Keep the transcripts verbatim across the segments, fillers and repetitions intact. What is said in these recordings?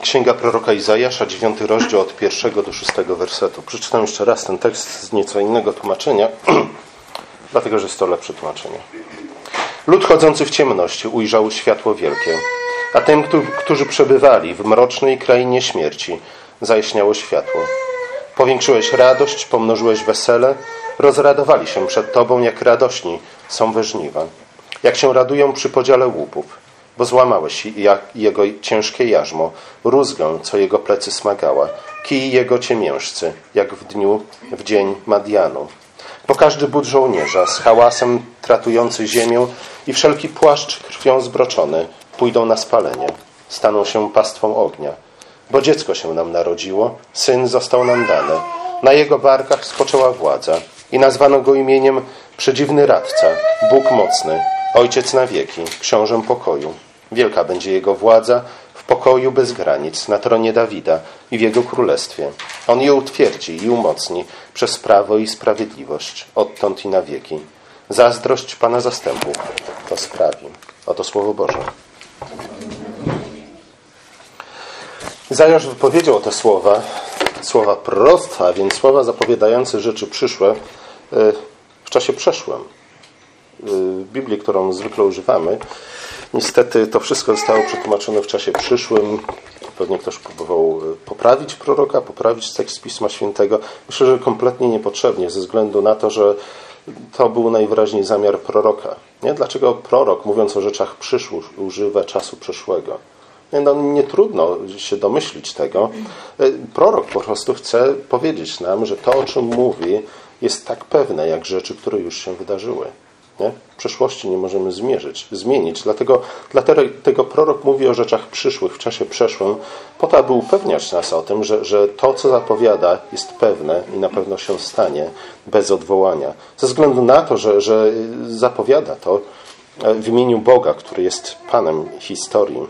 Księga proroka Izajasza, dziewiąty rozdział od pierwszego do szóstego wersetu. Przeczytam jeszcze raz ten tekst z nieco innego tłumaczenia, dlatego że jest to lepsze tłumaczenie. Lud chodzący w ciemności ujrzał światło wielkie, a tym, którzy przebywali w mrocznej krainie śmierci, zajaśniało światło. Powiększyłeś radość, pomnożyłeś wesele, rozradowali się przed Tobą, jak radośni są we żniwa, jak się radują przy podziale łupów. Bo złamałeś jego ciężkie jarzmo, rózgę, co jego plecy smagała, kij jego ciemiężcy, jak w dniu, w dzień Madianu. Bo każdy but żołnierza z hałasem tratujący ziemię i wszelki płaszcz krwią zbroczony pójdą na spalenie, staną się pastwą ognia. Bo dziecko się nam narodziło, syn został nam dany, na jego barkach spoczęła władza i nazwano go imieniem Przedziwny Radca, Bóg Mocny, Ojciec na wieki, Książę pokoju. Wielka będzie jego władza w pokoju bez granic, na tronie Dawida i w jego królestwie. On je utwierdzi i umocni przez prawo i sprawiedliwość, odtąd i na wieki. Zazdrość Pana zastępów to sprawi. Oto Słowo Boże. Izajasz wypowiedział te słowa, słowa proroctwa, a więc słowa zapowiadające rzeczy przyszłe w czasie przeszłym. W Biblii, którą zwykle używamy, niestety to wszystko zostało przetłumaczone w czasie przyszłym. Pewnie ktoś próbował poprawić proroka, poprawić tekst Pisma Świętego. Myślę, że kompletnie niepotrzebnie, ze względu na to, że to był najwyraźniej zamiar proroka. Nie? Dlaczego prorok, mówiąc o rzeczach przyszłych, używa czasu przeszłego? Nie, no, nie trudno się domyślić tego. Prorok po prostu chce powiedzieć nam, że to, o czym mówi, jest tak pewne, jak rzeczy, które już się wydarzyły. Nie? Przeszłości nie możemy zmierzyć, zmienić. Dlatego, dlatego prorok mówi o rzeczach przyszłych w czasie przeszłym, po to, aby upewniać nas o tym, że, że to, co zapowiada, jest pewne i na pewno się stanie bez odwołania. Ze względu na to, że, że zapowiada to w imieniu Boga, który jest Panem historii.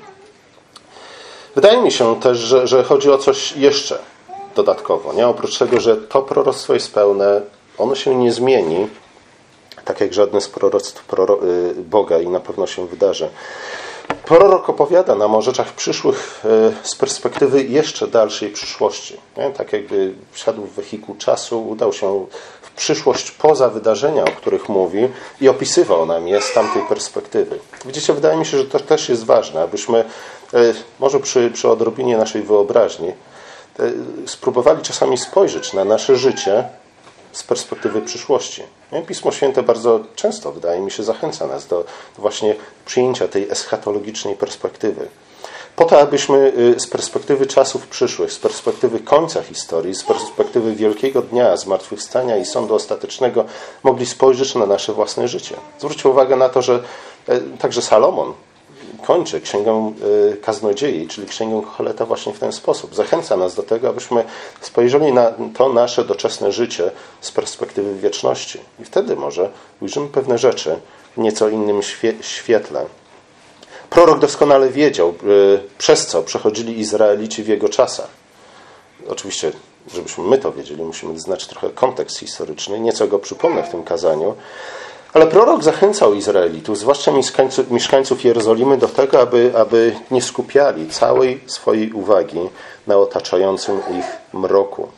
Wydaje mi się też, że, że chodzi o coś jeszcze dodatkowo. Nie? Oprócz tego, że to proroctwo jest pełne, ono się nie zmieni, tak jak żadne z proroctw Boga i na pewno się wydarzy. Prorok opowiada nam o rzeczach przyszłych z perspektywy jeszcze dalszej przyszłości. Nie? Tak jakby wsiadł w wehikuł czasu, udał się w przyszłość poza wydarzenia, o których mówi i opisywał nam je z tamtej perspektywy. Widzicie, wydaje mi się, że to też jest ważne, abyśmy może przy, przy odrobinie naszej wyobraźni spróbowali czasami spojrzeć na nasze życie z perspektywy przyszłości. Pismo Święte bardzo często, wydaje mi się, zachęca nas do właśnie przyjęcia tej eschatologicznej perspektywy. Po to, abyśmy z perspektywy czasów przyszłych, z perspektywy końca historii, z perspektywy wielkiego dnia, zmartwychwstania i sądu ostatecznego mogli spojrzeć na nasze własne życie. Zwróćcie uwagę na to, że także Salomon kończy Księgę Kaznodziei, czyli Księgę Koheleta właśnie w ten sposób. Zachęca nas do tego, abyśmy spojrzeli na to nasze doczesne życie z perspektywy wieczności. I wtedy może ujrzymy pewne rzeczy w nieco innym świetle. Prorok doskonale wiedział, przez co przechodzili Izraelici w jego czasach. Oczywiście, żebyśmy my to wiedzieli, musimy znać trochę kontekst historyczny. Nieco go przypomnę w tym kazaniu. Ale prorok zachęcał Izraelitów, zwłaszcza mieszkańców, mieszkańców Jerozolimy, do tego, aby, aby nie skupiali całej swojej uwagi na otaczającym ich mroku.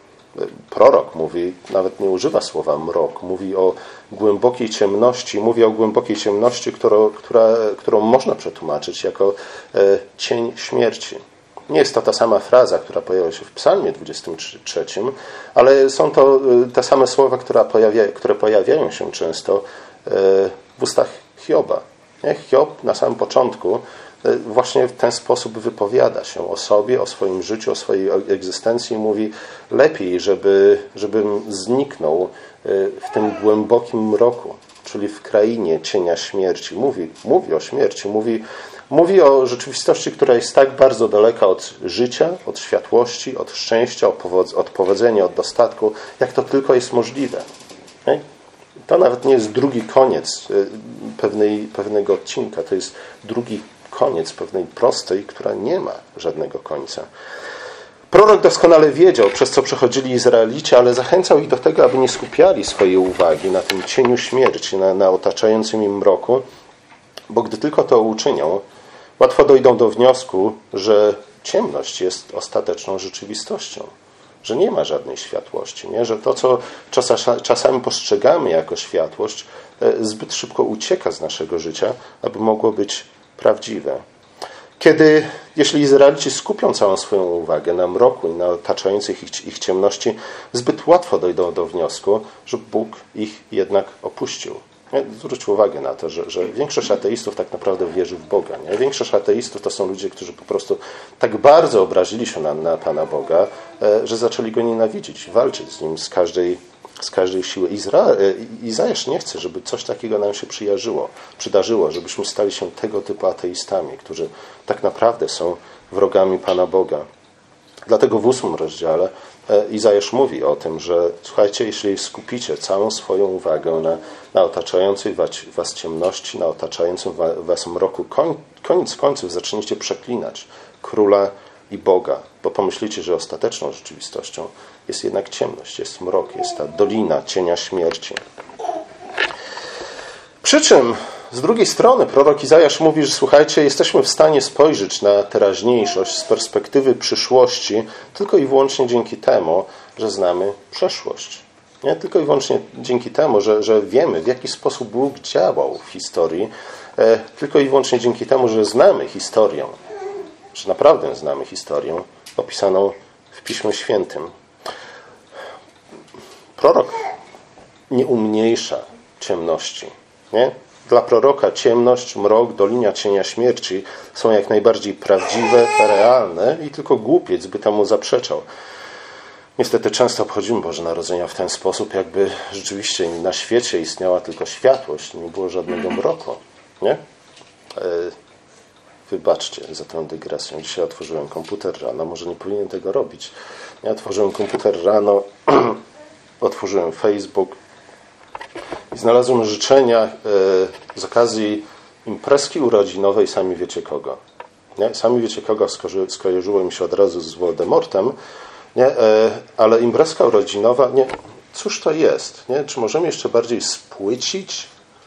Prorok mówi, nawet nie używa słowa mrok, mówi o głębokiej ciemności, mówi o głębokiej ciemności, którą, która, którą można przetłumaczyć jako e, cień śmierci. Nie jest to ta sama fraza, która pojawia się w Psalmie dwudziestym trzecim, ale są to te same słowa, które, pojawia, które pojawiają się często w ustach Hioba. Hiob na samym początku właśnie w ten sposób wypowiada się o sobie, o swoim życiu, o swojej egzystencji i mówi: lepiej, żeby, żebym zniknął w tym głębokim mroku, czyli w krainie cienia śmierci. Mówi, mówi o śmierci, mówi Mówi o rzeczywistości, która jest tak bardzo daleka od życia, od światłości, od szczęścia, od powodzenia, od dostatku, jak to tylko jest możliwe. To nawet nie jest drugi koniec pewnej, pewnego odcinka, to jest drugi koniec pewnej prostej, która nie ma żadnego końca. Prorok doskonale wiedział, przez co przechodzili Izraelici, ale zachęcał ich do tego, aby nie skupiali swojej uwagi na tym cieniu śmierci, na, na otaczającym im mroku, bo gdy tylko to uczynią, łatwo dojdą do wniosku, że ciemność jest ostateczną rzeczywistością. Że nie ma żadnej światłości. Nie? Że to, co czasami postrzegamy jako światłość, zbyt szybko ucieka z naszego życia, aby mogło być prawdziwe. Kiedy, jeśli Izraelici skupią całą swoją uwagę na mroku i na otaczających ich, ich ciemności, zbyt łatwo dojdą do wniosku, że Bóg ich jednak opuścił. Zwróć uwagę na to, że, że większość ateistów tak naprawdę wierzy w Boga. Nie? Większość ateistów to są ludzie, którzy po prostu tak bardzo obrazili się na, na Pana Boga, że zaczęli Go nienawidzić, walczyć z Nim z każdej, z każdej siły. Izra... Izajasz nie chce, żeby coś takiego nam się przyjarzyło, przydarzyło, żebyśmy stali się tego typu ateistami, którzy tak naprawdę są wrogami Pana Boga. Dlatego w ósmym rozdziale Izajasz mówi o tym, że słuchajcie, jeśli skupicie całą swoją uwagę na, na otaczającej was, was ciemności, na otaczającym was mroku, koń, koniec końców zaczniecie przeklinać Króla i Boga, bo pomyślicie, że ostateczną rzeczywistością jest jednak ciemność, jest mrok, jest ta dolina cienia śmierci. Przy czym z drugiej strony prorok Izajasz mówi, że słuchajcie, jesteśmy w stanie spojrzeć na teraźniejszość z perspektywy przyszłości tylko i wyłącznie dzięki temu, że znamy przeszłość. Nie? Tylko i wyłącznie dzięki temu, że, że wiemy, w jaki sposób Bóg działał w historii. E, tylko i wyłącznie dzięki temu, że znamy historię, że naprawdę znamy historię opisaną w Piśmie Świętym. Prorok nie umniejsza ciemności. Nie? Dla proroka ciemność, mrok, dolina cienia śmierci są jak najbardziej prawdziwe, realne i tylko głupiec by temu zaprzeczał. Niestety często obchodzimy Boże Narodzenia w ten sposób, jakby rzeczywiście na świecie istniała tylko światłość, nie było żadnego mroku. Nie? Wybaczcie za tę dygresję. Dzisiaj otworzyłem komputer rano, może nie powinienem tego robić. Ja otworzyłem komputer rano, otworzyłem Facebook, i znalazłem życzenia z okazji imprezki urodzinowej sami wiecie kogo. Nie? Sami wiecie kogo skojarzyło mi się od razu z Voldemortem, nie? Ale imprezka urodzinowa, nie? Cóż to jest? Nie? Czy możemy jeszcze bardziej spłycić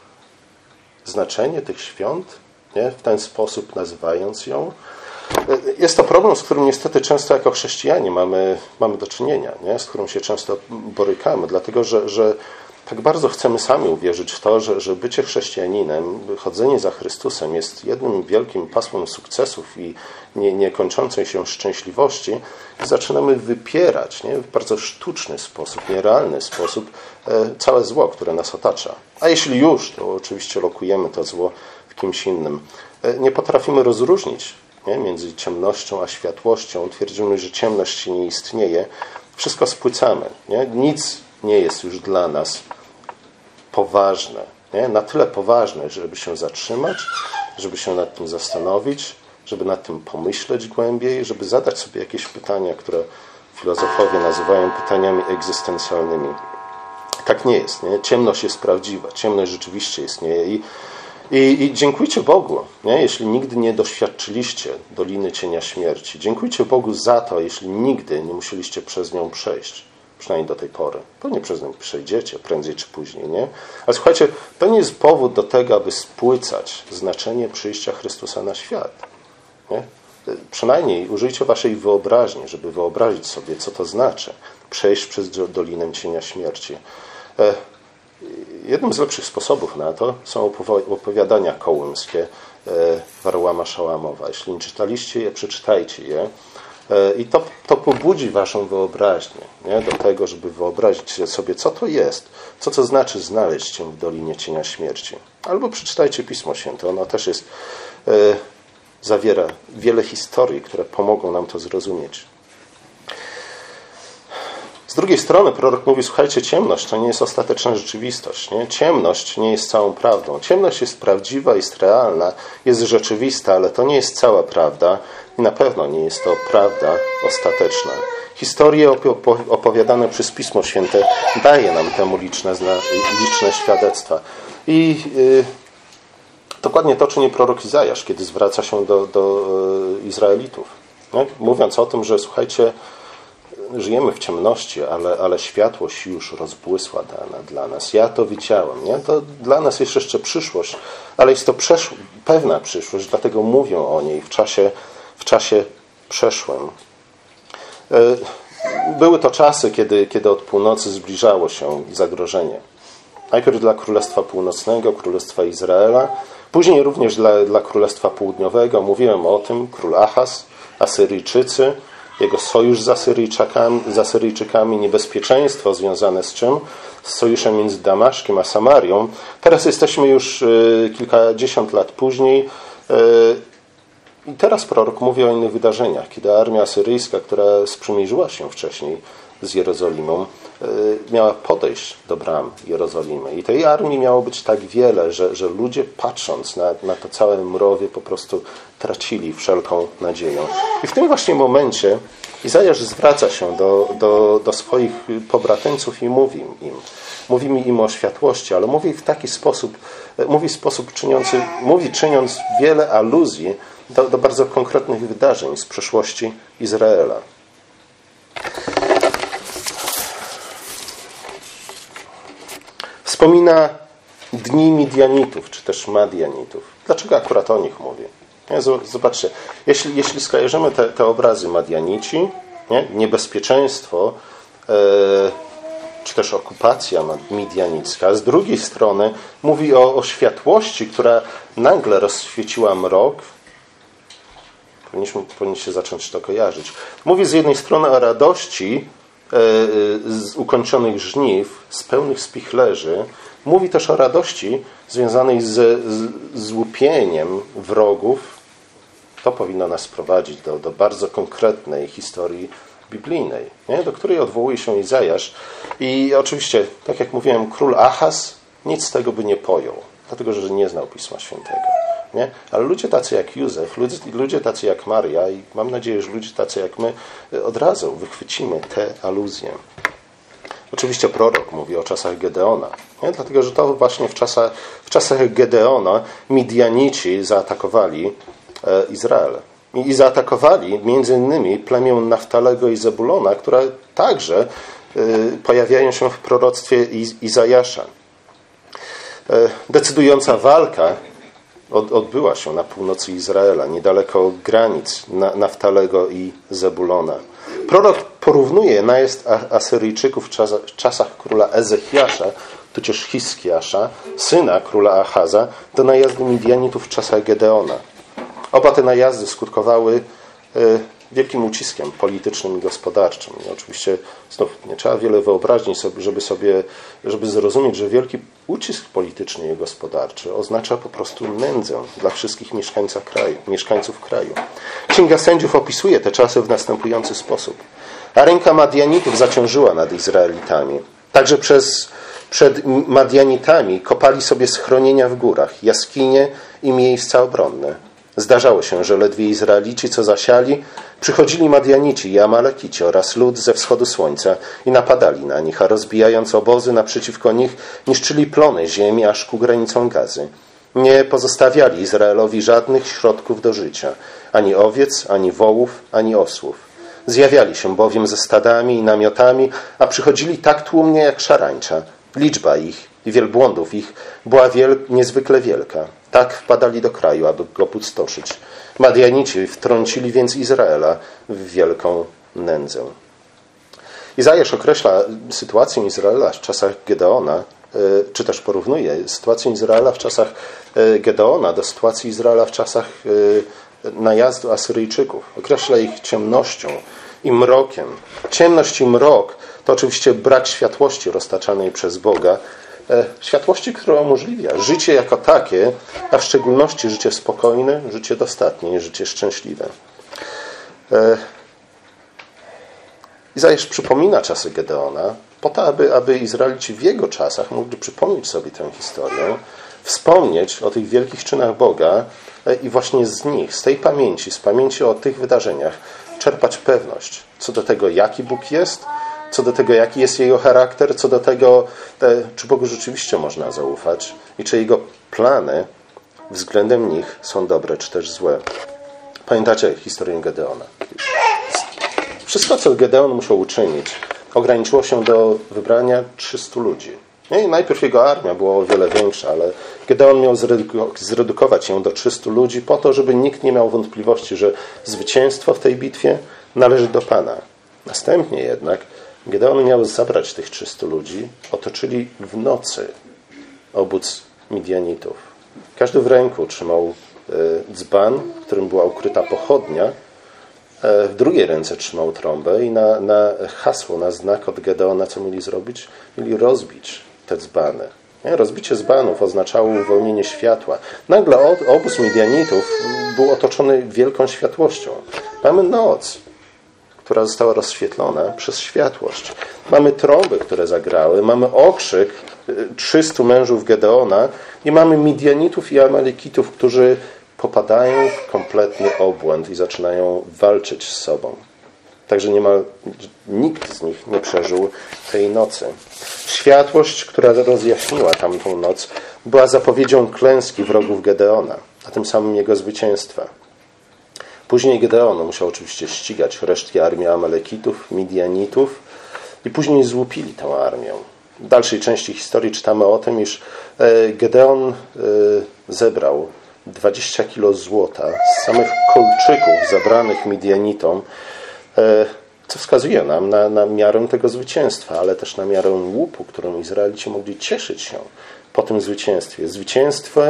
znaczenie tych świąt, nie? W ten sposób nazywając ją? Jest to problem, z którym niestety często jako chrześcijanie mamy, mamy do czynienia, nie? Z którym się często borykamy, dlatego że, że tak bardzo chcemy sami uwierzyć w to, że, że bycie chrześcijaninem, chodzenie za Chrystusem jest jednym wielkim pasmem sukcesów i nie, niekończącej się szczęśliwości i zaczynamy wypierać nie? w bardzo sztuczny sposób, nierealny sposób e, całe zło, które nas otacza. A jeśli już, to oczywiście lokujemy to zło w kimś innym. E, nie potrafimy rozróżnić nie? między ciemnością a światłością. Twierdzimy, że ciemność nie istnieje. Wszystko spłycamy. Nie? Nic nie jest już dla nas poważne. Nie? Na tyle poważne, żeby się zatrzymać, żeby się nad tym zastanowić, żeby nad tym pomyśleć głębiej, żeby zadać sobie jakieś pytania, które filozofowie nazywają pytaniami egzystencjalnymi. Tak nie jest. Nie? Ciemność jest prawdziwa. Ciemność rzeczywiście istnieje. I, i, i dziękujcie Bogu, nie? Jeśli nigdy nie doświadczyliście doliny cienia śmierci. Dziękujcie Bogu za to, jeśli nigdy nie musieliście przez nią przejść. Przynajmniej do tej pory. Pewnie przez nią przejdziecie, prędzej czy później, nie? Ale słuchajcie, to nie jest powód do tego, aby spłycać znaczenie przyjścia Chrystusa na świat. Nie? Przynajmniej użyjcie waszej wyobraźni, żeby wyobrazić sobie, co to znaczy przejść przez dolinę cienia śmierci. Jednym z lepszych sposobów na to są opowiadania kołymskie Warłama Szałamowa. Jeśli nie czytaliście je, przeczytajcie je. I to, to pobudzi waszą wyobraźnię nie? do tego, żeby wyobrazić sobie, co to jest, co to znaczy znaleźć się w Dolinie Cienia Śmierci. Albo przeczytajcie Pismo Święte. Ono też jest, e, zawiera wiele historii, które pomogą nam to zrozumieć. Z drugiej strony prorok mówi, słuchajcie, ciemność to nie jest ostateczna rzeczywistość. Nie? Ciemność nie jest całą prawdą. Ciemność jest prawdziwa, jest realna, jest rzeczywista, ale to nie jest cała prawda i na pewno nie jest to prawda ostateczna. Historie opowiadane przez Pismo Święte daje nam temu liczne, liczne świadectwa. I yy, dokładnie to czyni prorok Izajasz, kiedy zwraca się do, do Izraelitów. Nie? Mówiąc o tym, że słuchajcie, żyjemy w ciemności, ale, ale światłość już rozbłysła dana dla nas. Ja to widziałem. Nie? To dla nas jest jeszcze przyszłość, ale jest to przesz- pewna przyszłość, dlatego mówią o niej w czasie, w czasie przeszłem. Były to czasy, kiedy, kiedy od północy zbliżało się zagrożenie. Najpierw dla Królestwa Północnego, Królestwa Izraela, później również dla, dla Królestwa Południowego. Mówiłem o tym, król Achaz, Asyryjczycy, jego sojusz z Asyryjczykami, z Asyryjczykami, niebezpieczeństwo związane z czym? Z sojuszem między Damaszkiem a Samarią. Teraz jesteśmy już kilkadziesiąt lat później i teraz prorok mówi o innych wydarzeniach, kiedy armia asyryjska, która sprzymierzyła się wcześniej z Jerozolimą, miała podejść do bram Jerozolimy. I tej armii miało być tak wiele, że, że ludzie patrząc na, na to całe mrowie po prostu tracili wszelką nadzieję. I w tym właśnie momencie Izajasz zwraca się do, do, do swoich pobratyńców i mówi im, mówi im o światłości, ale mówi w taki sposób, mówi w sposób czyniący, mówi czyniąc wiele aluzji do, do bardzo konkretnych wydarzeń z przeszłości Izraela. Wspomina dni Midianitów, czy też Madianitów. Dlaczego akurat o nich mówię? Zobaczcie, jeśli, jeśli skojarzymy te, te obrazy Madianici, nie? Niebezpieczeństwo, e, czy też okupacja midianicka, z drugiej strony mówi o, o światłości, która nagle rozświeciła mrok. Powinniśmy, powinniście zacząć to kojarzyć. Mówi z jednej strony o radości e, z ukończonych żniw, z pełnych spichlerzy. Mówi też o radości związanej z, z, z łupieniem wrogów. To powinno nas prowadzić do, do bardzo konkretnej historii biblijnej, nie? Do której odwołuje się Izajasz. I oczywiście, tak jak mówiłem, król Achaz nic z tego by nie pojął, dlatego że nie znał Pisma Świętego. Nie? Ale ludzie tacy jak Józef, ludzie, ludzie tacy jak Maria i mam nadzieję, że ludzie tacy jak my od razu wychwycimy te aluzje. Oczywiście prorok mówi o czasach Gedeona, nie? Dlatego że to właśnie w czasach, w czasach Gedeona Midianici zaatakowali e, Izrael. I, I zaatakowali między innymi plemię Naftalego i Zebulona, które także e, pojawiają się w proroctwie Iz, Izajasza. E, decydująca walka od, odbyła się na północy Izraela, niedaleko granic na, Naftalego i Zebulona. Prorok porównuje najazd Asyryjczyków w czasach króla Ezechiasza, tudzież Hiskiasza, syna króla Achaza, do najazdu Midianitów w czasach Gedeona. Oba te najazdy skutkowały wielkim uciskiem politycznym i gospodarczym. I oczywiście znów nie trzeba wiele wyobraźni, żeby sobie, żeby zrozumieć, że wielki ucisk polityczny i gospodarczy oznacza po prostu nędzę dla wszystkich mieszkańców kraju, mieszkańców kraju. Księga Sędziów opisuje te czasy w następujący sposób. A ręka Madianitów zaciążyła nad Izraelitami. Także przez, przed Madianitami kopali sobie schronienia w górach, jaskinie i miejsca obronne. Zdarzało się, że ledwie Izraelici, co zasiali, przychodzili Madianici i Amalekici oraz lud ze wschodu słońca i napadali na nich, a rozbijając obozy naprzeciwko nich, niszczyli plony ziemi aż ku granicom Gazy. Nie pozostawiali Izraelowi żadnych środków do życia, ani owiec, ani wołów, ani osłów. Zjawiali się bowiem ze stadami i namiotami, a przychodzili tak tłumnie jak szarańcza. Liczba ich i wielbłądów ich była wiel- niezwykle wielka. Tak wpadali do kraju, aby go pustoszyć. Madianici wtrącili więc Izraela w wielką nędzę. Izajasz określa sytuację Izraela w czasach Gedeona, czy też porównuje sytuację Izraela w czasach Gedeona do sytuacji Izraela w czasach najazdu Asyryjczyków. Określa ich ciemnością i mrokiem. Ciemność i mrok to oczywiście brak światłości roztaczanej przez Boga, światłości, która umożliwia życie jako takie, a w szczególności życie spokojne, życie dostatnie i życie szczęśliwe. Izajasz przypomina czasy Gedeona po to, aby, aby Izraelici w jego czasach mogli przypomnieć sobie tę historię, wspomnieć o tych wielkich czynach Boga i właśnie z nich, z tej pamięci, z pamięci o tych wydarzeniach czerpać pewność co do tego, jaki Bóg jest, co do tego, jaki jest jego charakter, co do tego, czy Bogu rzeczywiście można zaufać i czy jego plany względem nich są dobre, czy też złe. Pamiętacie historię Gedeona? Wszystko, co Gedeon musiał uczynić, ograniczyło się do wybrania trzystu ludzi. Nie? I najpierw jego armia była o wiele większa, ale Gedeon miał zredukować ją do trzystu ludzi po to, żeby nikt nie miał wątpliwości, że zwycięstwo w tej bitwie należy do Pana. Następnie jednak Gedeon miał zabrać tych trzystu ludzi, otoczyli w nocy obóz Midianitów. Każdy w ręku trzymał dzban, w którym była ukryta pochodnia, w drugiej ręce trzymał trąbę i na, na hasło, na znak od Gedeona, co mieli zrobić? Mieli rozbić te dzbany. Nie? Rozbicie dzbanów oznaczało uwolnienie światła. Nagle obóz Midianitów był otoczony wielką światłością. Mamy noc, która została rozświetlona przez światłość. Mamy trąby, które zagrały, mamy okrzyk trzystu mężów Gedeona i mamy Midianitów i Amalekitów, którzy popadają w kompletny obłęd i zaczynają walczyć z sobą. Także niemal nikt z nich nie przeżył tej nocy. Światłość, która rozjaśniła tamtą noc, była zapowiedzią klęski wrogów Gedeona, a tym samym jego zwycięstwa. Później Gedeon musiał oczywiście ścigać resztki armii Amalekitów, Midianitów i później złupili tę armię. W dalszej części historii czytamy o tym, iż Gedeon zebrał dwadzieścia kilo złota z samych kolczyków zabranych Midianitom, co wskazuje nam na, na miarę tego zwycięstwa, ale też na miarę łupu, którą Izraelici mogli cieszyć się po tym zwycięstwie. Zwycięstwo,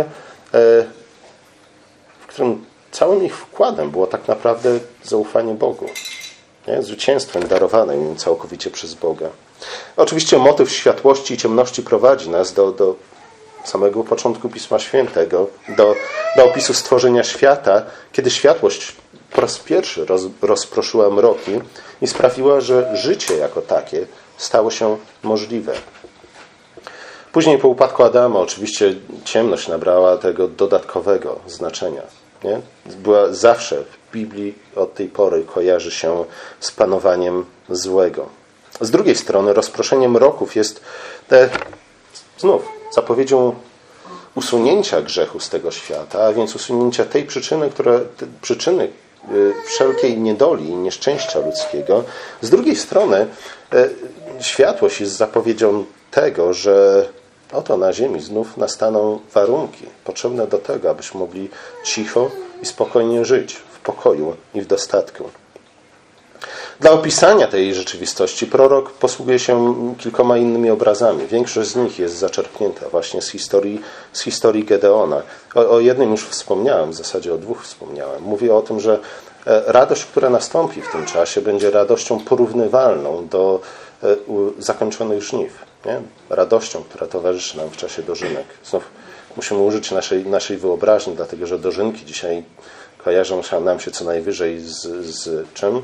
w którym całym ich wkładem było tak naprawdę zaufanie Bogu. Nie? Zwycięstwem darowanym im całkowicie przez Boga. Oczywiście motyw światłości i ciemności prowadzi nas do, do samego początku Pisma Świętego, do, do opisu stworzenia świata, kiedy światłość po raz pierwszy roz, rozproszyła mroki i sprawiła, że życie jako takie stało się możliwe. Później po upadku Adama oczywiście ciemność nabrała tego dodatkowego znaczenia. Nie? Była zawsze w Biblii od tej pory kojarzy się z panowaniem złego. Z drugiej strony rozproszenie mroków jest te, znów zapowiedzią usunięcia grzechu z tego świata, a więc usunięcia tej przyczyny, która, te przyczyny wszelkiej niedoli i nieszczęścia ludzkiego. Z drugiej strony światłość jest zapowiedzią tego, że oto na ziemi znów nastaną warunki potrzebne do tego, abyśmy mogli cicho i spokojnie żyć w pokoju i w dostatku. Dla opisania tej rzeczywistości prorok posługuje się kilkoma innymi obrazami. Większość z nich jest zaczerpnięta właśnie z historii, z historii Gedeona. O, o jednym już wspomniałem, w zasadzie o dwóch wspomniałem. Mówię o tym, że radość, która nastąpi w tym czasie, będzie radością porównywalną do zakończonych żniw. Nie? Radością, która towarzyszy nam w czasie dożynek. Znów musimy użyć naszej, naszej wyobraźni, dlatego że dożynki dzisiaj kojarzą się nam się co najwyżej z, z czym?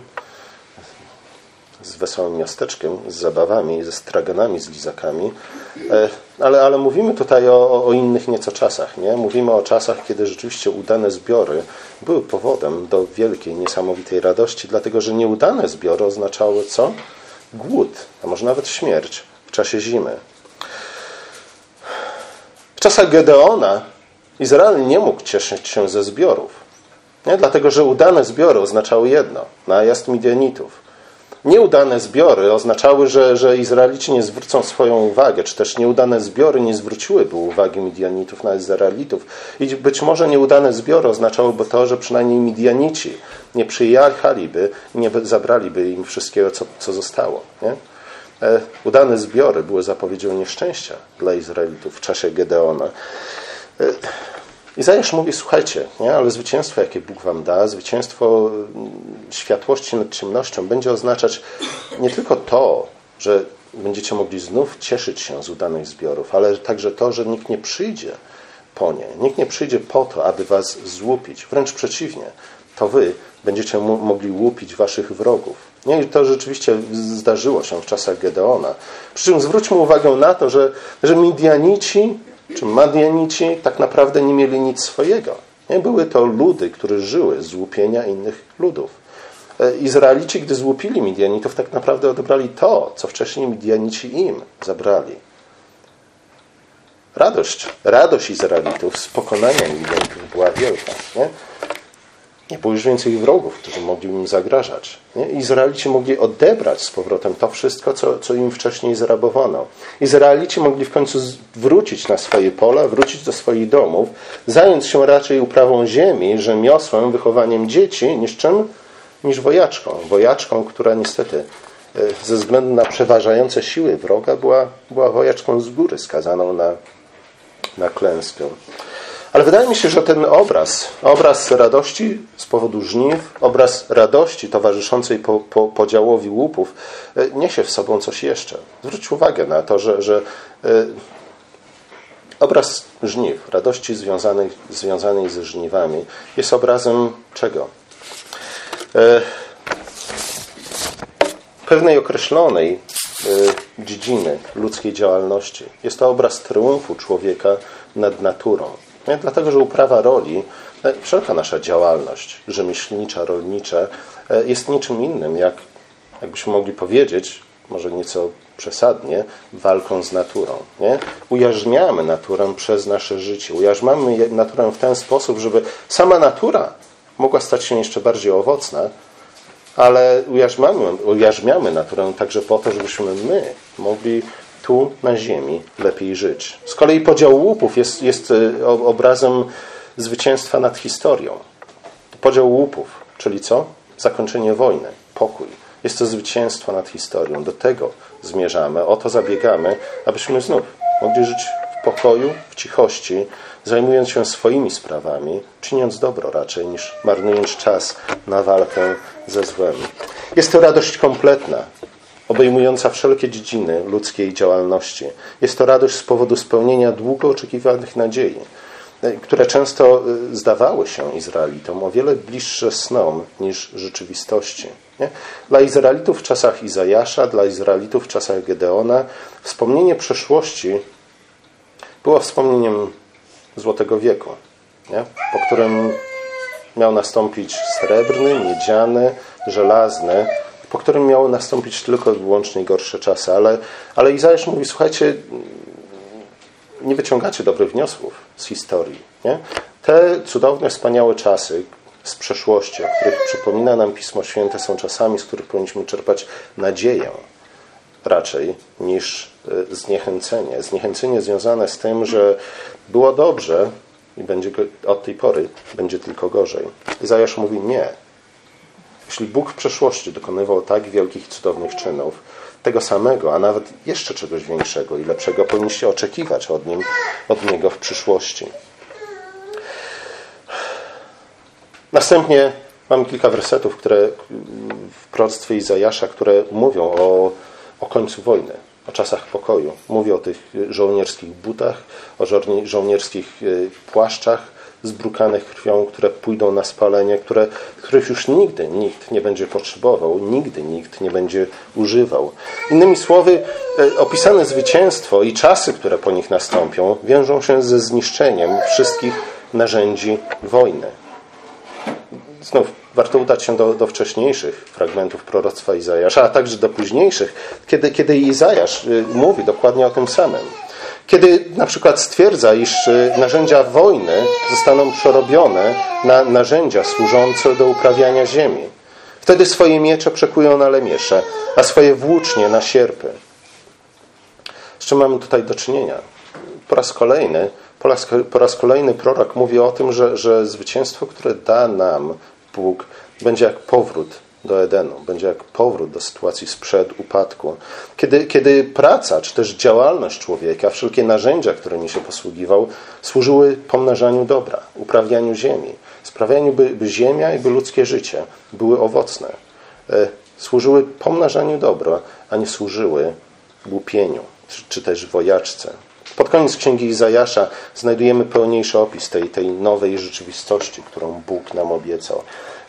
Z wesołym miasteczkiem, z zabawami, ze straganami, z lizakami. Ale, ale mówimy tutaj o, o innych nieco czasach. Nie? Mówimy o czasach, kiedy rzeczywiście udane zbiory były powodem do wielkiej, niesamowitej radości, dlatego że nieudane zbiory oznaczały co? Głód, a może nawet śmierć w czasie zimy. W czasach Gedeona Izrael nie mógł cieszyć się ze zbiorów. Nie? Dlatego, że udane zbiory oznaczały jedno. Najazd Midianitów. Nieudane zbiory oznaczały, że, że Izraelici nie zwrócą swoją uwagę, czy też nieudane zbiory nie zwróciłyby uwagi Midianitów na Izraelitów. I być może nieudane zbiory oznaczałyby to, że przynajmniej Midianici nie przyjechaliby i nie zabraliby im wszystkiego, co, co zostało. Nie? E, udane zbiory były zapowiedzią nieszczęścia dla Izraelitów w czasie Gedeona. E, Izajasz mówi, słuchajcie, nie? Ale zwycięstwo, jakie Bóg wam da, zwycięstwo światłości nad ciemnością będzie oznaczać nie tylko to, że będziecie mogli znów cieszyć się z udanych zbiorów, ale także to, że nikt nie przyjdzie po nie. Nikt nie przyjdzie po to, aby was złupić. Wręcz przeciwnie. To wy będziecie mogli łupić waszych wrogów. Nie? I to rzeczywiście zdarzyło się w czasach Gedeona. Przy czym zwróćmy uwagę na to, że, że Midianici czy Madianici tak naprawdę nie mieli nic swojego. Nie? Były to ludy, które żyły z łupienia innych ludów. Izraelici, gdy złupili Midianitów, tak naprawdę odebrali to, co wcześniej Midianici im zabrali. Radość, radość Izraelitów z pokonania Midianitów była wielka. Nie? Nie było już więcej wrogów, którzy mogli im zagrażać. Nie? Izraelici mogli odebrać z powrotem to wszystko, co, co im wcześniej zrabowano. Izraelici mogli w końcu wrócić na swoje pola, wrócić do swoich domów, zająć się raczej uprawą ziemi, rzemiosłem, wychowaniem dzieci, niż czym? Niż wojaczką. Wojaczką, która niestety ze względu na przeważające siły wroga była, była wojaczką z góry skazaną na, na klęskę. Ale wydaje mi się, że ten obraz, obraz radości z powodu żniw, obraz radości towarzyszącej po, po, podziałowi łupów niesie w sobą coś jeszcze. Zwróć uwagę na to, że, że obraz żniw, radości związanej, związanej ze żniwami jest obrazem czego? Pewnej określonej dziedziny ludzkiej działalności. Jest to obraz triumfu człowieka nad naturą. Nie? Dlatego, że uprawa roli, wszelka nasza działalność rzemieślnicza, rolnicza jest niczym innym, jak, jakbyśmy mogli powiedzieć, może nieco przesadnie, walką z naturą. Nie? Ujarzmiamy naturę przez nasze życie. Ujarzmiamy naturę w ten sposób, żeby sama natura mogła stać się jeszcze bardziej owocna, ale ujarzmiamy, ujarzmiamy naturę także po to, żebyśmy my mogli tu na ziemi lepiej żyć. Z kolei podział łupów jest, jest obrazem zwycięstwa nad historią. Podział łupów, czyli co? Zakończenie wojny, pokój. Jest to zwycięstwo nad historią. Do tego zmierzamy, o to zabiegamy, abyśmy znów mogli żyć w pokoju, w cichości, zajmując się swoimi sprawami, czyniąc dobro raczej, niż marnując czas na walkę ze złem. Jest to radość kompletna, obejmująca wszelkie dziedziny ludzkiej działalności. Jest to radość z powodu spełnienia długo oczekiwanych nadziei, które często zdawały się Izraelitom o wiele bliższe snom niż rzeczywistości. Nie? Dla Izraelitów w czasach Izajasza, dla Izraelitów w czasach Gedeona wspomnienie przeszłości było wspomnieniem Złotego Wieku, nie? Po którym miał nastąpić srebrny, miedziany, żelazny, po którym miały nastąpić tylko i wyłącznie gorsze czasy. Ale, ale Izajasz mówi, słuchajcie, nie wyciągacie dobrych wniosków z historii. Nie? Te cudowne, wspaniałe czasy z przeszłości, o których przypomina nam Pismo Święte, są czasami, z których powinniśmy czerpać nadzieję raczej niż zniechęcenie. Zniechęcenie związane z tym, że było dobrze i będzie od tej pory będzie tylko gorzej. Izajasz mówi nie. Jeśli Bóg w przeszłości dokonywał tak wielkich, cudownych czynów, tego samego, a nawet jeszcze czegoś większego i lepszego powinniście oczekiwać od, nim, od Niego w przyszłości. Następnie mamy kilka wersetów, które w proroctwie Izajasza, które mówią o, o końcu wojny, o czasach pokoju. Mówi o tych żołnierskich butach, o żołnierskich płaszczach zbrukanych krwią, które pójdą na spalenie, które, których już nigdy nikt nie będzie potrzebował, nigdy nikt nie będzie używał. Innymi słowy, opisane zwycięstwo i czasy, które po nich nastąpią, wiążą się ze zniszczeniem wszystkich narzędzi wojny. Znów warto udać się do, do wcześniejszych fragmentów proroctwa Izajasza, a także do późniejszych, kiedy, kiedy Izajasz mówi dokładnie o tym samym. Kiedy na przykład stwierdza, iż narzędzia wojny zostaną przerobione na narzędzia służące do uprawiania ziemi. Wtedy swoje miecze przekują na lemiesze, a swoje włócznie na sierpy. Z czym mamy tutaj do czynienia? Po raz kolejny, po raz, po raz kolejny prorok mówi o tym, że, że zwycięstwo, które da nam Bóg, będzie jak powrót do Edenu. Będzie jak powrót do sytuacji sprzed upadku. Kiedy, kiedy praca, czy też działalność człowieka, wszelkie narzędzia, którymi się posługiwał, służyły pomnażaniu dobra, uprawianiu ziemi, sprawianiu, by, by ziemia i by ludzkie życie były owocne. Służyły pomnażaniu dobra, a nie służyły głupieniu, czy, czy też wojaczce. Pod koniec Księgi Izajasza znajdujemy pełniejszy opis tej, tej nowej rzeczywistości, którą Bóg nam obiecał.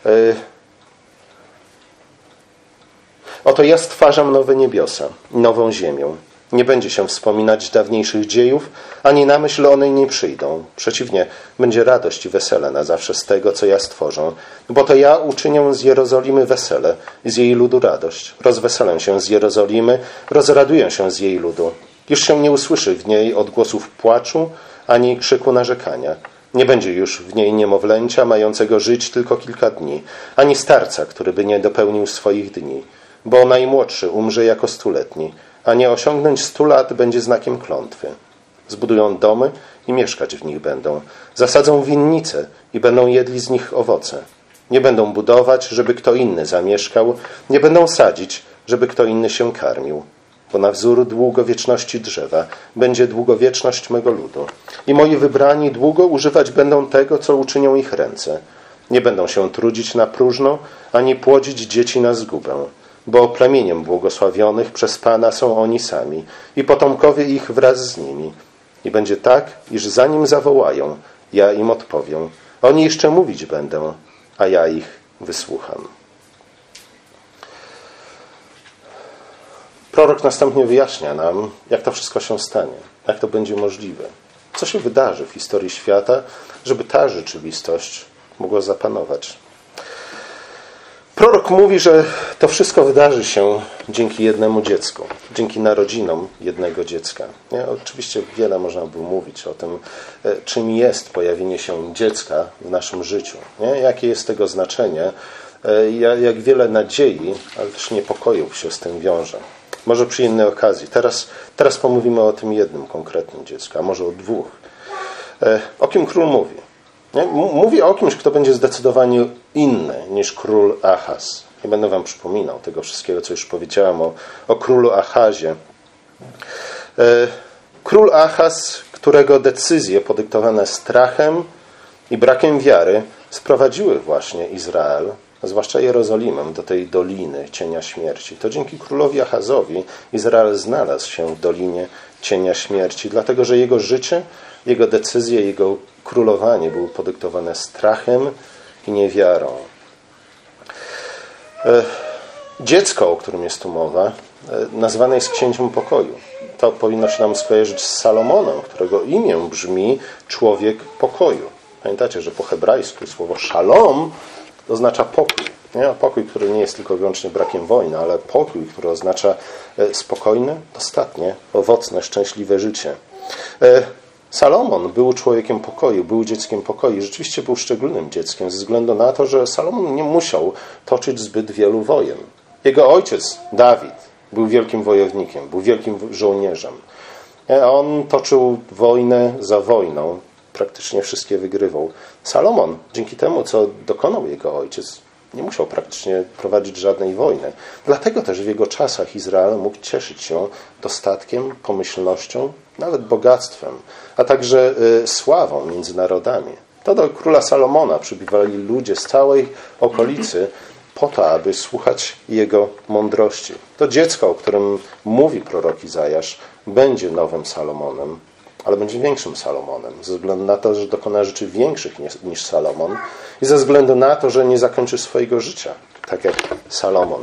Oto ja stwarzam nowe niebiosa i nową ziemię. Nie będzie się wspominać dawniejszych dziejów, ani na myśl one nie przyjdą. Przeciwnie, będzie radość i wesele na zawsze z tego, co ja stworzę. Bo to ja uczynię z Jerozolimy wesele, z jej ludu radość. Rozweselę się z Jerozolimy, rozraduję się z jej ludu. Już się nie usłyszy w niej odgłosów płaczu, ani krzyku narzekania. Nie będzie już w niej niemowlęcia mającego żyć tylko kilka dni, ani starca, który by nie dopełnił swoich dni, bo najmłodszy umrze jako stuletni, a nie osiągnąć stu lat będzie znakiem klątwy. Zbudują domy i mieszkać w nich będą. Zasadzą winnice i będą jedli z nich owoce. Nie będą budować, żeby kto inny zamieszkał, nie będą sadzić, żeby kto inny się karmił. Bo na wzór długowieczności drzewa będzie długowieczność mego ludu. I moi wybrani długo używać będą tego, co uczynią ich ręce. Nie będą się trudzić na próżno, ani płodzić dzieci na zgubę. Bo plemieniem błogosławionych przez Pana są oni sami i potomkowie ich wraz z nimi. I będzie tak, iż zanim zawołają, ja im odpowiem. Oni jeszcze mówić będą, a ja ich wysłucham. Prorok następnie wyjaśnia nam, jak to wszystko się stanie, jak to będzie możliwe. Co się wydarzy w historii świata, żeby ta rzeczywistość mogła zapanować. Prorok mówi, że to wszystko wydarzy się dzięki jednemu dziecku, dzięki narodzinom jednego dziecka. Nie? Oczywiście wiele można by mówić o tym, czym jest pojawienie się dziecka w naszym życiu. Nie? Jakie jest tego znaczenie, jak wiele nadziei, ale też niepokojów się z tym wiąże. Może przy innej okazji. Teraz, teraz pomówimy o tym jednym konkretnym dziecku, a może o dwóch. O kim król mówi? Nie? Mówi o kimś, kto będzie zdecydowanie inny niż król Ahaz. Nie będę wam przypominał tego wszystkiego, co już powiedziałem o, o królu Ahazie. Król Ahaz, którego decyzje podyktowane strachem i brakiem wiary sprowadziły właśnie Izrael, zwłaszcza Jerozolimę, do tej doliny cienia śmierci. To dzięki królowi Ahazowi Izrael znalazł się w dolinie cienia śmierci, dlatego że jego życie, jego decyzje, jego królowanie były podyktowane strachem i niewiarą. Dziecko, o którym jest tu mowa, nazwane jest księciem pokoju. To powinno się nam skojarzyć z Salomonem, którego imię brzmi człowiek pokoju. Pamiętacie, że po hebrajsku słowo szalom oznacza pokój. Nie? Pokój, który nie jest tylko i wyłącznie brakiem wojny, ale pokój, który oznacza spokojne, dostatnie, owocne, szczęśliwe życie. Salomon był człowiekiem pokoju, był dzieckiem pokoju. Rzeczywiście był szczególnym dzieckiem ze względu na to, że Salomon nie musiał toczyć zbyt wielu wojen. Jego ojciec, Dawid, był wielkim wojownikiem, był wielkim żołnierzem. On toczył wojnę za wojną, praktycznie wszystkie wygrywał. Salomon, dzięki temu, co dokonał jego ojciec, nie musiał praktycznie prowadzić żadnej wojny. Dlatego też w jego czasach Izrael mógł cieszyć się dostatkiem, pomyślnością, nawet bogactwem, a także y, sławą między narodami. To do króla Salomona przybywali ludzie z całej okolicy po to, aby słuchać jego mądrości. To dziecko, o którym mówi prorok Izajasz, będzie nowym Salomonem, ale będzie większym Salomonem, ze względu na to, że dokona rzeczy większych niż Salomon i ze względu na to, że nie zakończy swojego życia, tak jak Salomon.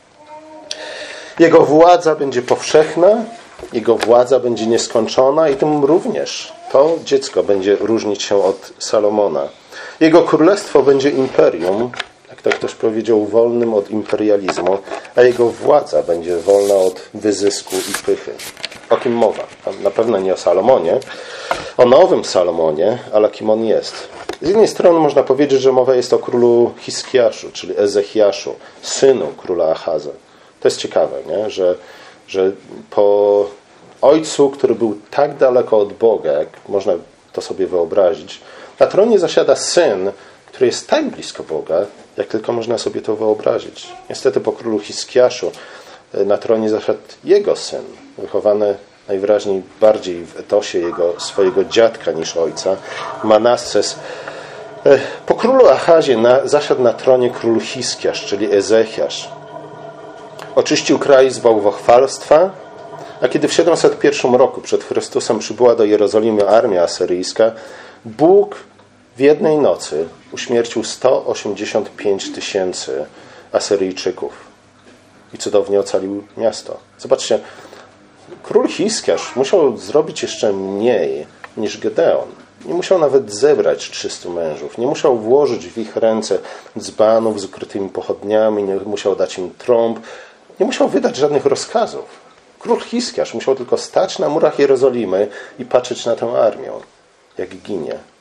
Jego władza będzie powszechna, jego władza będzie nieskończona i tym również to dziecko będzie różnić się od Salomona. Jego królestwo będzie imperium, jak to ktoś powiedział, wolnym od imperializmu, a jego władza będzie wolna od wyzysku i pychy. O kim mowa? Na pewno nie o Salomonie, o nowym Salomonie, ale kim on jest. Z jednej strony można powiedzieć, że mowa jest o królu Hiskiaszu, czyli Ezechiaszu, synu króla Ahaza. To jest ciekawe, nie? Że, że po ojcu, który był tak daleko od Boga, jak można to sobie wyobrazić, na tronie zasiada syn, który jest tak blisko Boga, jak tylko można sobie to wyobrazić. Niestety po królu Hiskiaszu na tronie zasiadł jego syn, wychowany najwyraźniej bardziej w etosie jego, swojego dziadka niż ojca, Manasses. Po królu Ahazie na, zasiadł na tronie król Hiskiasz, czyli Ezechiasz. Oczyścił kraj z bałwochwalstwa, a kiedy w siedemset pierwszym roku przed Chrystusem przybyła do Jerozolimy armia asyryjska, Bóg w jednej nocy uśmiercił sto osiemdziesiąt pięć tysięcy Asyryjczyków i cudownie ocalił miasto. Zobaczcie, król Hiskiasz musiał zrobić jeszcze mniej niż Gedeon. Nie musiał nawet zebrać trzystu mężów. Nie musiał włożyć w ich ręce dzbanów z ukrytymi pochodniami. Nie musiał dać im trąb. Nie musiał wydać żadnych rozkazów. Król Hiskiasz musiał tylko stać na murach Jerozolimy i patrzeć na tę armię, jak ginie,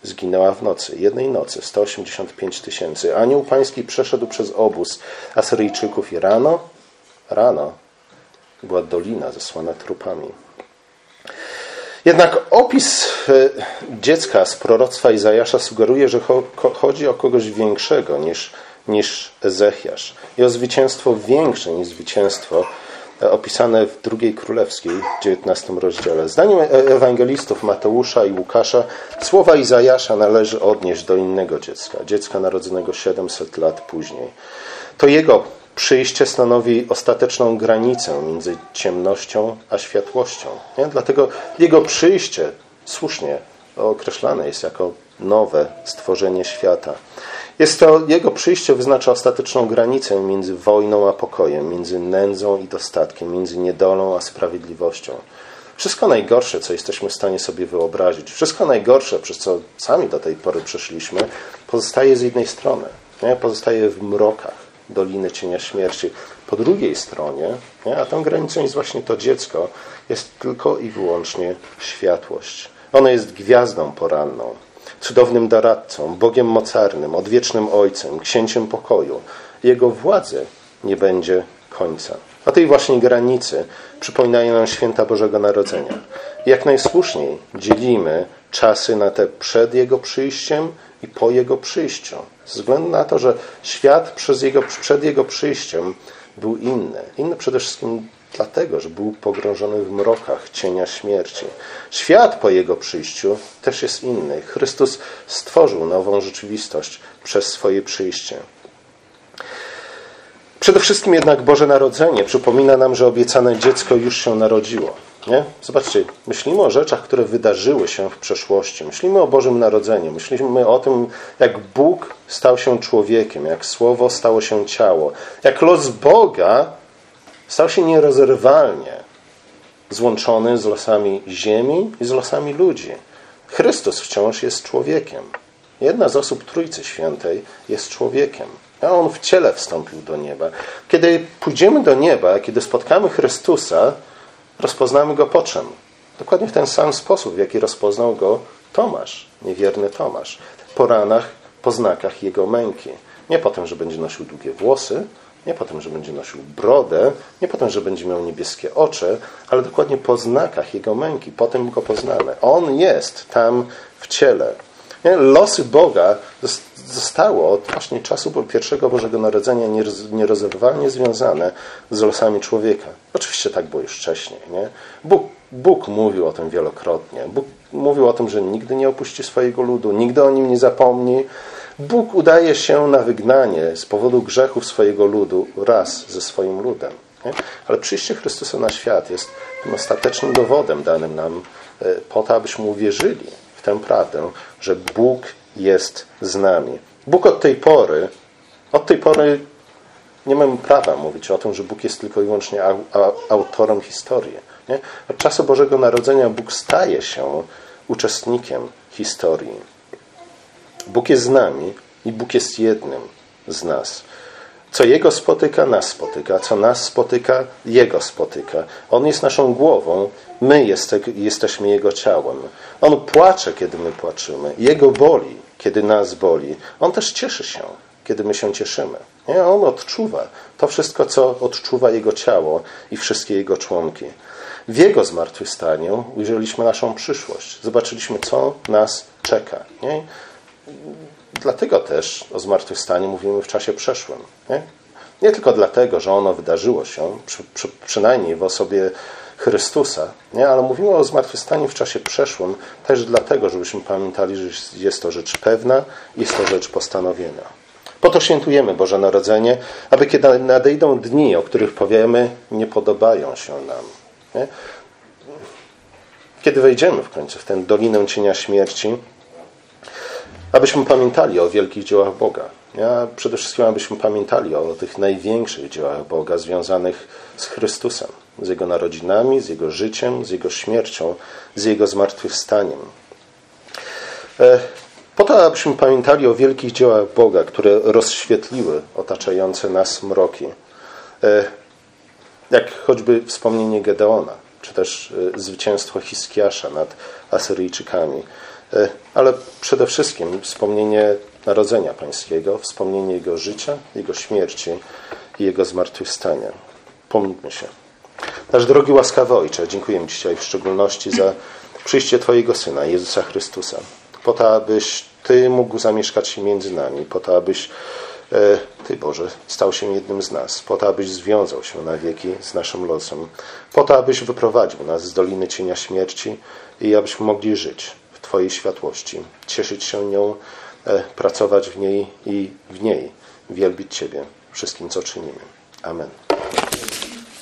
zginęła w nocy, jednej nocy, sto osiemdziesiąt pięć tysięcy. Anioł Pański przeszedł przez obóz Asyryjczyków i rano, rano była dolina zasłana trupami. Jednak opis dziecka z proroctwa Izajasza sugeruje, że chodzi o kogoś większego niż, niż Ezechiasz i o zwycięstwo większe niż zwycięstwo opisane w drugiej Królewskiej, w dziewiętnastym rozdziale. Zdaniem ewangelistów Mateusza i Łukasza słowa Izajasza należy odnieść do innego dziecka, dziecka narodzonego siedemset lat później. To jego przyjście stanowi ostateczną granicę między ciemnością a światłością. Nie? Dlatego jego przyjście słusznie określane jest jako nowe stworzenie świata. Jest to, jego przyjście wyznacza ostateczną granicę między wojną a pokojem, między nędzą i dostatkiem, między niedolą a sprawiedliwością. Wszystko najgorsze, co jesteśmy w stanie sobie wyobrazić, wszystko najgorsze, przez co sami do tej pory przeszliśmy, pozostaje z jednej strony. Nie? Pozostaje w mrokach Doliny Cienia Śmierci. Po drugiej stronie, nie? A tą granicą jest właśnie to dziecko, jest tylko i wyłącznie światłość. Ono jest gwiazdą poranną, cudownym doradcą, Bogiem mocarnym, odwiecznym Ojcem, Księciem pokoju. Jego władzy nie będzie końca. O tej właśnie granicy przypominają nam święta Bożego Narodzenia. Jak najsłuszniej dzielimy czasy na te przed Jego przyjściem i po Jego przyjściu. Ze względu na to, że świat przez jego, przed Jego przyjściem był inny. Inny przede wszystkim dlatego, że był pogrążony w mrokach cienia śmierci. Świat po Jego przyjściu też jest inny. Chrystus stworzył nową rzeczywistość przez swoje przyjście. Przede wszystkim jednak Boże Narodzenie przypomina nam, że obiecane dziecko już się narodziło. Nie? Zobaczcie, myślimy o rzeczach, które wydarzyły się w przeszłości. Myślimy o Bożym Narodzeniu. Myślimy o tym, jak Bóg stał się człowiekiem, jak Słowo stało się ciało, jak los Boga stał się nierozerwalnie złączony z losami ziemi i z losami ludzi. Chrystus wciąż jest człowiekiem. Jedna z osób Trójcy Świętej jest człowiekiem. A On w ciele wstąpił do nieba. Kiedy pójdziemy do nieba, kiedy spotkamy Chrystusa, rozpoznamy Go po czym? Dokładnie w ten sam sposób, w jaki rozpoznał Go Tomasz, niewierny Tomasz. Po ranach, po znakach Jego męki. Nie po tym, że będzie nosił długie włosy, nie po tym, że będzie nosił brodę, nie po tym, że będzie miał niebieskie oczy, ale dokładnie po znakach Jego męki. Po tym Go poznamy. On jest tam w ciele. Nie? Losy Boga zostało od właśnie czasu pierwszego Bożego Narodzenia nierozerwalnie związane z losami człowieka. Oczywiście tak było już wcześniej. Nie? Bóg, Bóg mówił o tym wielokrotnie. Bóg mówił o tym, że nigdy nie opuści swojego ludu, nigdy o nim nie zapomni. Bóg udaje się na wygnanie z powodu grzechów swojego ludu raz ze swoim ludem. Nie? Ale przyjście Chrystusa na świat jest tym ostatecznym dowodem danym nam po to, abyśmy uwierzyli w tę prawdę, że Bóg jest z nami. Bóg od tej pory, od tej pory nie mamy prawa mówić o tym, że Bóg jest tylko i wyłącznie autorem historii. Nie? Od czasu Bożego Narodzenia Bóg staje się uczestnikiem historii. Bóg jest z nami i Bóg jest jednym z nas. Co Jego spotyka, nas spotyka. Co nas spotyka, Jego spotyka. On jest naszą głową, my jest, jesteśmy Jego ciałem. On płacze, kiedy my płaczymy. Jego boli, kiedy nas boli. On też cieszy się, kiedy my się cieszymy. Nie? On odczuwa to wszystko, co odczuwa Jego ciało i wszystkie Jego członki. W Jego zmartwychwstaniu ujrzeliśmy naszą przyszłość. Zobaczyliśmy, co nas czeka. Nie? Dlatego też o zmartwychwstaniu mówimy w czasie przeszłym. Nie, nie tylko dlatego, że ono wydarzyło się, przy, przy, przynajmniej w osobie Chrystusa, nie? Ale mówimy o zmartwychwstaniu w czasie przeszłym też dlatego, żebyśmy pamiętali, że jest to rzecz pewna, jest to rzecz postanowienia. Po to świętujemy Boże Narodzenie, aby kiedy nadejdą dni, o których powiemy, nie podobają się nam. Nie? Kiedy wejdziemy w końcu w tę Dolinę Cienia Śmierci, abyśmy pamiętali o wielkich dziełach Boga. Ja przede wszystkim, abyśmy pamiętali o tych największych dziełach Boga związanych z Chrystusem, z Jego narodzinami, z Jego życiem, z Jego śmiercią, z Jego zmartwychwstaniem. Po to, abyśmy pamiętali o wielkich dziełach Boga, które rozświetliły otaczające nas mroki. Jak choćby wspomnienie Gedeona, czy też zwycięstwo Hiskiasza nad Asyryjczykami. ale przede wszystkim wspomnienie narodzenia Pańskiego, wspomnienie Jego życia, Jego śmierci i Jego zmartwychwstania. Pomódlmy się. Nasz drogi łaskawy Ojcze, dziękujemy Ci dzisiaj w szczególności za przyjście Twojego Syna, Jezusa Chrystusa, po to, abyś Ty mógł zamieszkać między nami, po to, abyś Ty, Boże, stał się jednym z nas, po to, abyś związał się na wieki z naszym losem, po to, abyś wyprowadził nas z doliny cienia śmierci i abyśmy mogli żyć w Twojej światłości, cieszyć się nią, pracować w niej i w niej wielbić Ciebie wszystkim, co czynimy. Amen.